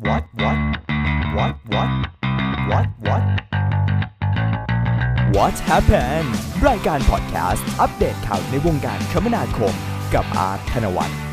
What happened รายการพอดแคสต์อัปเดตข่าวในวงการคมนาคมกับอาร์ตธนวัฒน์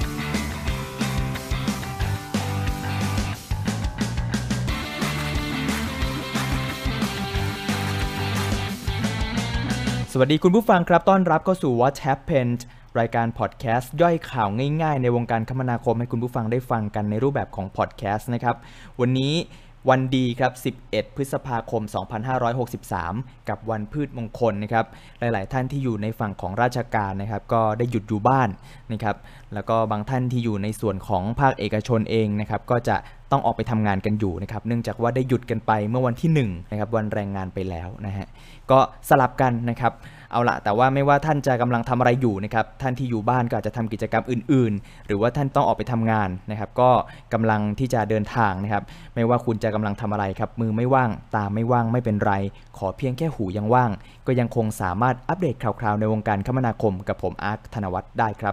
สวัสดีคุณผู้ฟังครับต้อนรับเข้าสู่ What happened รายการพอดแคสต์ย่อยข่าวง่ายๆในวงการคมนาคมให้คุณผู้ฟังได้ฟังกันในรูปแบบของพอดแคสต์นะครับวันนี้วันดีครับ11พฤษภาคม2563กับวันพืชมงคลนะครับหลายๆท่านที่อยู่ในฝั่งของราชการนะครับก็ได้หยุดอยู่บ้านนะครับแล้วก็บางท่านที่อยู่ในส่วนของภาคเอกชนเองนะครับก็จะต้องออกไปทำงานกันอยู่นะครับเนื่องจากว่าได้หยุดกันไปเมื่อวันที่1นะครับวันแรงงานไปแล้วนะฮะก็สลับกันนะครับเอาละแต่ว่าไม่ว่าท่านจะกำลังทำอะไรอยู่นะครับท่านที่อยู่บ้านก็อาจจะทำกิจกรรมอื่นๆหรือว่าท่านต้องออกไปทำงานนะครับก็กำลังที่จะเดินทางนะครับไม่ว่าคุณจะกำลังทำอะไรครับมือไม่ว่างตาไม่ว่างไม่เป็นไรขอเพียงแค่หูยังว่างก็ยังคงสามารถอัปเดตข่าวๆในวงการคมนาคมกับผมอาร์ตธนวัฒน์ได้ครับ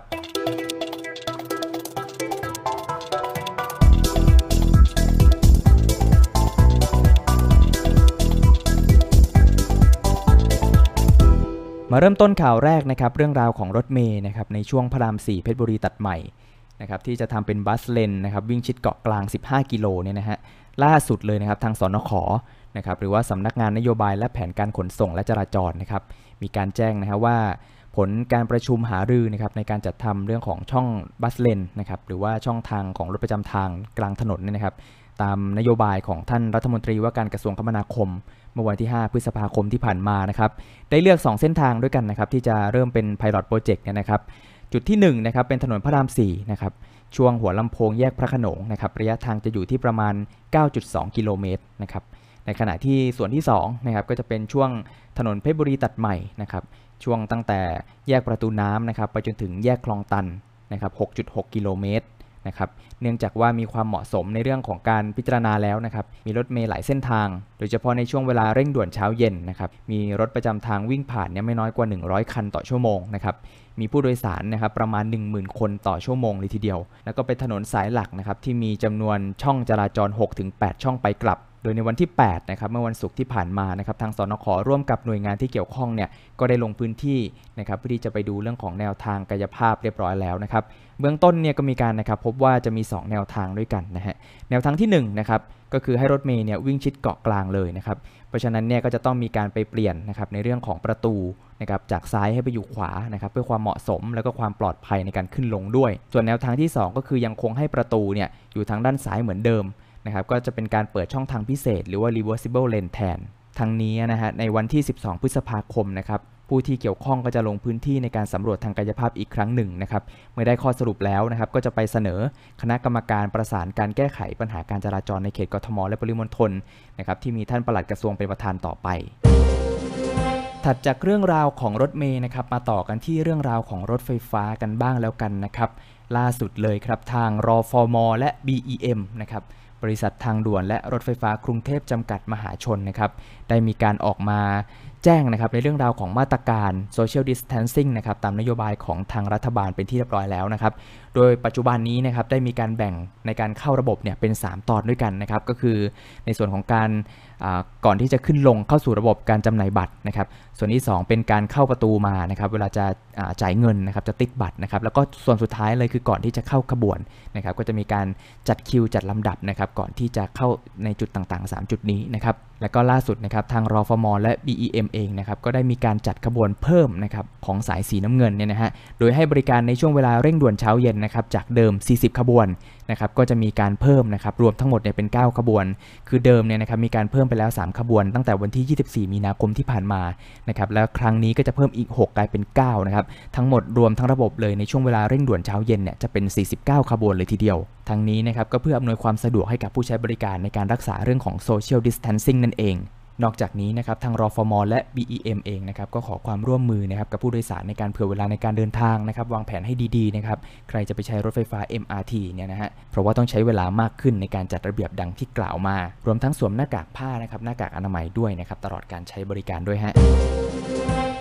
มาเริ่มต้นข่าวแรกนะครับเรื่องราวของรถเมล์นะครับในช่วงพระราม 4เพชรบุรีตัดใหม่นะครับที่จะทำเป็นบัสเลนนะครับวิ่งชิดเกาะกลาง15กิโลเนี่ยนะฮะล่าสุดเลยนะครับทางสนข.นะครับหรือว่าสำนักงานนโยบายและแผนการขนส่งและจราจรนะครับมีการแจ้งนะฮะว่าผลการประชุมหารือนะครับในการจัดทำเรื่องของช่องบัสเลนนะครับหรือว่าช่องทางของรถประจำทางกลางถนนเนี่ยนะครับตามนโยบายของท่านรัฐมนตรีว่าการกระทรวงคมนาคมเมื่อวันที่5พฤษภาคมที่ผ่านมานะครับได้เลือก2เส้นทางด้วยกันนะครับที่จะเริ่มเป็น Pilot Project เนี่ยนะครับจุดที่1นะครับเป็นถนนพระราม4นะครับช่วงหัวลำโพงแยกพระโขนงนะครับระยะทางจะอยู่ที่ประมาณ 9.2 กิโลเมตรนะครับในขณะที่ส่วนที่2นะครับก็จะเป็นช่วงถนนเพชรบุรีตัดใหม่นะครับช่วงตั้งแต่แยกประตูน้ำนะครับไปจนถึงแยกคลองตันนะครับ 6.6 กิโลเมตรนะครับเนื่องจากว่ามีความเหมาะสมในเรื่องของการพิจารณาแล้วนะครับมีรถเมล์หลายเส้นทางโดยเฉพาะในช่วงเวลาเร่งด่วนเช้าเย็นนะครับมีรถประจำทางวิ่งผ่านเนี่ยไม่น้อยกว่า100คันต่อชั่วโมงนะครับมีผู้โดยสารนะครับประมาณ 10,000 คนต่อชั่วโมงเลยทีเดียวแล้วก็เป็นถนนสายหลักนะครับที่มีจำนวนช่องจราจร 6-8 ช่องไปกลับโดยในวันที่8นะครับเมื่อวันศุกร์ที่ผ่านมานะครับทางสนข.ร่วมกับหน่วยงานที่เกี่ยวข้องเนี่ยก็ได้ลงพื้นที่นะครับเพื่อที่จะไปดูเรื่องของแนวทางกายภาพเรียบร้อยแล้วนะครับเบื้องต้นเนี่ยก็มีการนะครับพบว่าจะมี2แนวทางด้วยกันนะฮะแนวทางที่1นะครับก็คือให้รถเมล์เนี่ยวิ่งชิดเกาะกลางเลยนะครับเพราะฉะนั้นเนี่ยก็จะต้องมีการไปเปลี่ยนนะครับในเรื่องของประตูนะครับจากซ้ายให้ไปอยู่ขวานะครับเพื่อความเหมาะสมแล้วก็ความปลอดภัยในการขึ้นลงด้วยส่วนแนวทางที่2ก็คือยังคงให้ประตูเนี่ยอยู่ทางด้านซ้ายเหมือนเดิมนะครับก็จะเป็นการเปิดช่องทางพิเศษหรือว่า reversible lane แทนทั้งนี้นะฮะในวันที่12พฤษภาคมนะครับผู้ที่เกี่ยวข้องก็จะลงพื้นที่ในการสำรวจทางกายภาพอีกครั้งหนึ่งนะครับเมื่อได้ข้อสรุปแล้วนะครับก็จะไปเสนอคณะกรรมการประสานการแก้ไขปัญหาการจราจรในเขตกทมและปริมณฑลนะครับที่มีท่านปลัดกระทรวงเป็นประธานต่อไปถัดจากเรื่องราวของรถเมล์นะครับมาต่อกันที่เรื่องราวของรถไฟฟ้ากันบ้างแล้วกันนะครับล่าสุดเลยครับทางรฟม.และ BEM นะครับบริษัททางด่วนและรถไฟฟ้ากรุงเทพจำกัดมหาชนนะครับได้มีการออกมาแจ้งนะครับในเรื่องราวของมาตรการ Social Distancing นะครับตามนโยบายของทางรัฐบาลเป็นที่เรียบร้อยแล้วนะครับโดยปัจจุบันนี้นะครับได้มีการแบ่งในการเข้าระบบเนี่ยเป็น3ตอนด้วยกันนะครับก็คือในส่วนของการก่อนที่จะขึ้นลงเข้าสู่ระบบการจำหน่ายบัตรนะครับส่วนที่2เป็นการเข้าประตูมานะครับเวลาจะจ่ายเงินนะครับจะติ๊กบัตรนะครับแล้วก็ส่วนสุดท้ายเลยคือก่อนที่จะเข้าขบวนนะครับก็จะมีการจัดคิวจัดลำดับนะครับก่อนที่จะเข้าในจุดต่างๆ3จุดนี้นะครับแล้วก็ล่าสุดนะครับทางรฟม.และ BEM เองนะครับก็ได้มีการจัดขบวนเพิ่มนะครับของสายสีน้ำเงินเนี่ยนะฮะโดยให้บริการในช่วงเวลาเร่งด่วนเช้าเย็นนะครับจากเดิม40ขบวนนะครับก็จะมีการเพิ่มนะครับรวมทั้งหมดเนี่ยเป็น9ขบวนคือเดิมเนี่ยนะครับมีการเพิ่มไปแล้ว3ขบวนตั้งแต่วันที่24มีนาคมที่ผ่านมานะครับแล้วครั้งนี้ก็จะเพิ่มอีก6กลายเป็น9นะครับทั้งหมดรวมทั้งระบบเลยในช่วงเวลาเร่งด่วนเช้าเย็นเนี่ยจะเป็น49ขบวนเลยทีเดียวทั้งนี้นะครับก็เพื่ออำนวยความสะดวกให้กับผู้ใช้บริการในการรักษาเรื่องของ Social Distancing นั่นเองนอกจากนี้นะครับทางรฟม.และ BEM เองนะครับก็ขอความร่วมมือนะครับกับผู้โดยสารในการเผื่อเวลาในการเดินทางนะครับวางแผนให้ดีๆนะครับใครจะไปใช้รถไฟฟ้า MRT เนี่ยนะฮะเพราะว่าต้องใช้เวลามากขึ้นในการจัดระเบียบดังที่กล่าวมารวมทั้งสวมหน้ากากผ้านะครับหน้ากากอนามัยด้วยนะครับตลอดการใช้บริการด้วยฮะ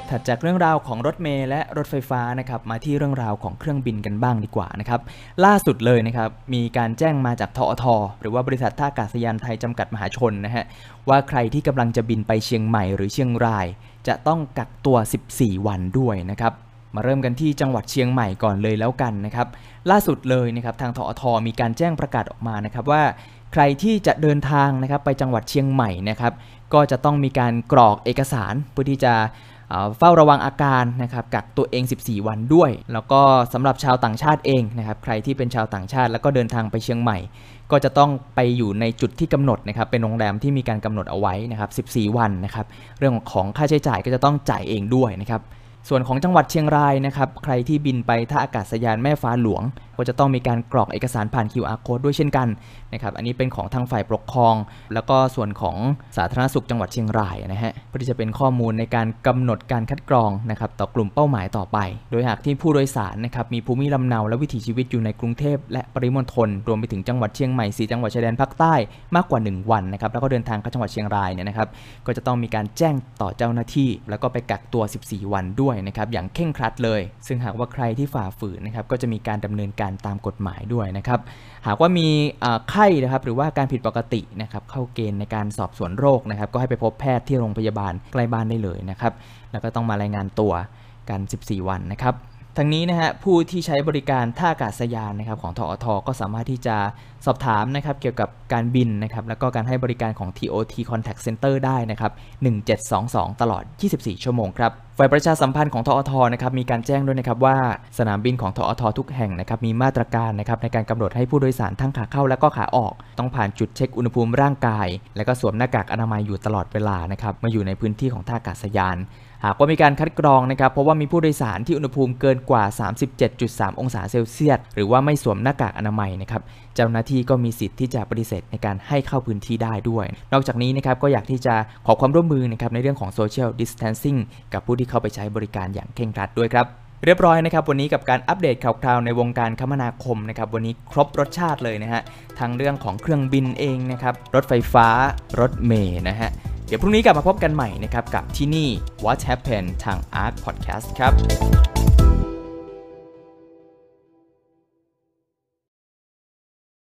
ถัดจากเรื่องราวของรถเมล์และรถไฟฟ้านะครับมาที่เรื่องราวของเครื่องบินกันบ้างดีกว่านะครับล่าสุดเลยนะครับมีการแจ้งมาจากทอทหรือว่าบริษัทท่าอากาศยานไทยจำกัดมหาชนนะฮะว่าใครที่กำลังจะบินไปเชียงใหม่หรือเชียงรายจะต้องกักตัว14วันด้วยนะครับมาเริ่มกันที่จังหวัดเชียงใหม่ก่อนเลยแล้วกันนะครับล่าสุดเลยนะครับทางทอทมีการแจ้งประกาศออกมานะครับว่าใครที่จะเดินทางนะครับไปจังหวัดเชียงใหม่นะครับก็จะต้องมีการกรอกเอกสารเพื่อที่จะเฝ้าระวังอาการนะครับกักตัวเอง14วันด้วยแล้วก็สำหรับชาวต่างชาติเองนะครับใครที่เป็นชาวต่างชาติแล้วก็เดินทางไปเชียงใหม่ก็จะต้องไปอยู่ในจุดที่กำหนดนะครับเป็นโรงแรมที่มีการกำหนดเอาไว้นะครับ14วันนะครับเรื่องของค่าใช้จ่ายก็จะต้องจ่ายเองด้วยนะครับส่วนของจังหวัดเชียงรายนะครับใครที่บินไปท่าอากาศยานแม่ฟ้าหลวงก็จะต้องมีการกรอกเอกสารผ่าน QR Code ด้วยเช่นกันนะครับอันนี้เป็นของทางฝ่ายปกครองแล้วก็ส่วนของสาธารณสุขจังหวัดเชียงรายนะฮะเพื่อที่จะเป็นข้อมูลในการกำหนดการคัดกรองนะครับต่อกลุ่มเป้าหมายต่อไปโดยหากที่ผู้โดยสารนะครับมีภูมิลำเนาและวิถีชีวิตอยู่ในกรุงเทพและปริมณฑลรวมไปถึงจังหวัดเชียงใหม่4จังหวัดชายแดนภาคใต้มากกว่า1วันนะครับแล้วก็เดินทางเข้าจังหวัดเชียงรายเนี่ยนะครับก็จะต้องมีการแจ้งต่อเจ้าหน้าที่แล้วก็ไปกักตัว14วันด้วยนะครับอย่างเคร่งครัดเลยซึ่งหากว่าใครที่ฝ่าฝืนนะครับก็จะมีการดำเนินการตามกฎหมายด้วยนะครับหากว่ามีไข้นะครับหรือว่าการผิดปกตินะครับเข้าเกณฑ์ในการสอบสวนโรคนะครับก็ให้ไปพบแพทย์ที่โรงพยาบาลใกล้บ้านได้เลยนะครับแล้วก็ต้องมารายงานตัวกัน14วันนะครับทั้งนี้นะฮะผู้ที่ใช้บริการท่าอากาศยานนะครับของทอทก็สามารถที่จะสอบถามนะครับเกี่ยวกับการบินนะครับแล้วก็การให้บริการของ TOT Contact Center ได้นะครับ1722ตลอด24ชั่วโมงครับฝ่ายประชาสัมพันธ์ของทอทนะครับมีการแจ้งด้วยนะครับว่าสนามบินของทอททุกแห่งนะครับมีมาตรการนะครับในการกำหนดให้ผู้โดยสารทั้งขาเข้าและก็ขาออกต้องผ่านจุดเช็คอุณหภูมิร่างกายและก็สวมหน้ากากอนามัยอยู่ตลอดเวลานะครับเมื่ออยู่ในพื้นที่ของท่าอากาศยานหากว่ามีการคัดกรองนะครับเพราะว่ามีผู้โดยสารที่อุณหภูมิเกินกว่า 37.3 องศาเซลเซียสหรือว่าไม่สวมหน้ากากอนามัยนะครับเจ้าหน้าที่ก็มีสิทธิ์ที่จะปฏิเสธในการให้เข้าพื้นที่ได้ด้วยนอกจากนี้นะครับก็อยากที่จะขอความร่วมมือนะครับในเรื่องของ Social Distancing กับผู้ที่เข้าไปใช้บริการอย่างเคร่งครัดด้วยครับเรียบร้อยนะครับวันนี้กับการอัปเดตข่าวคราวในวงการคมนาคมนะครับวันนี้ครบรสชาติเลยนะฮะทั้งเรื่องของเครื่องบินเองนะครับรถไฟฟ้ารถเมล์นะฮะเดี๋ยวพรุ่งนี้กลับมาพบกันใหม่นะครับกับที่นี่ What Happened ทาง Ark Podcast ครับ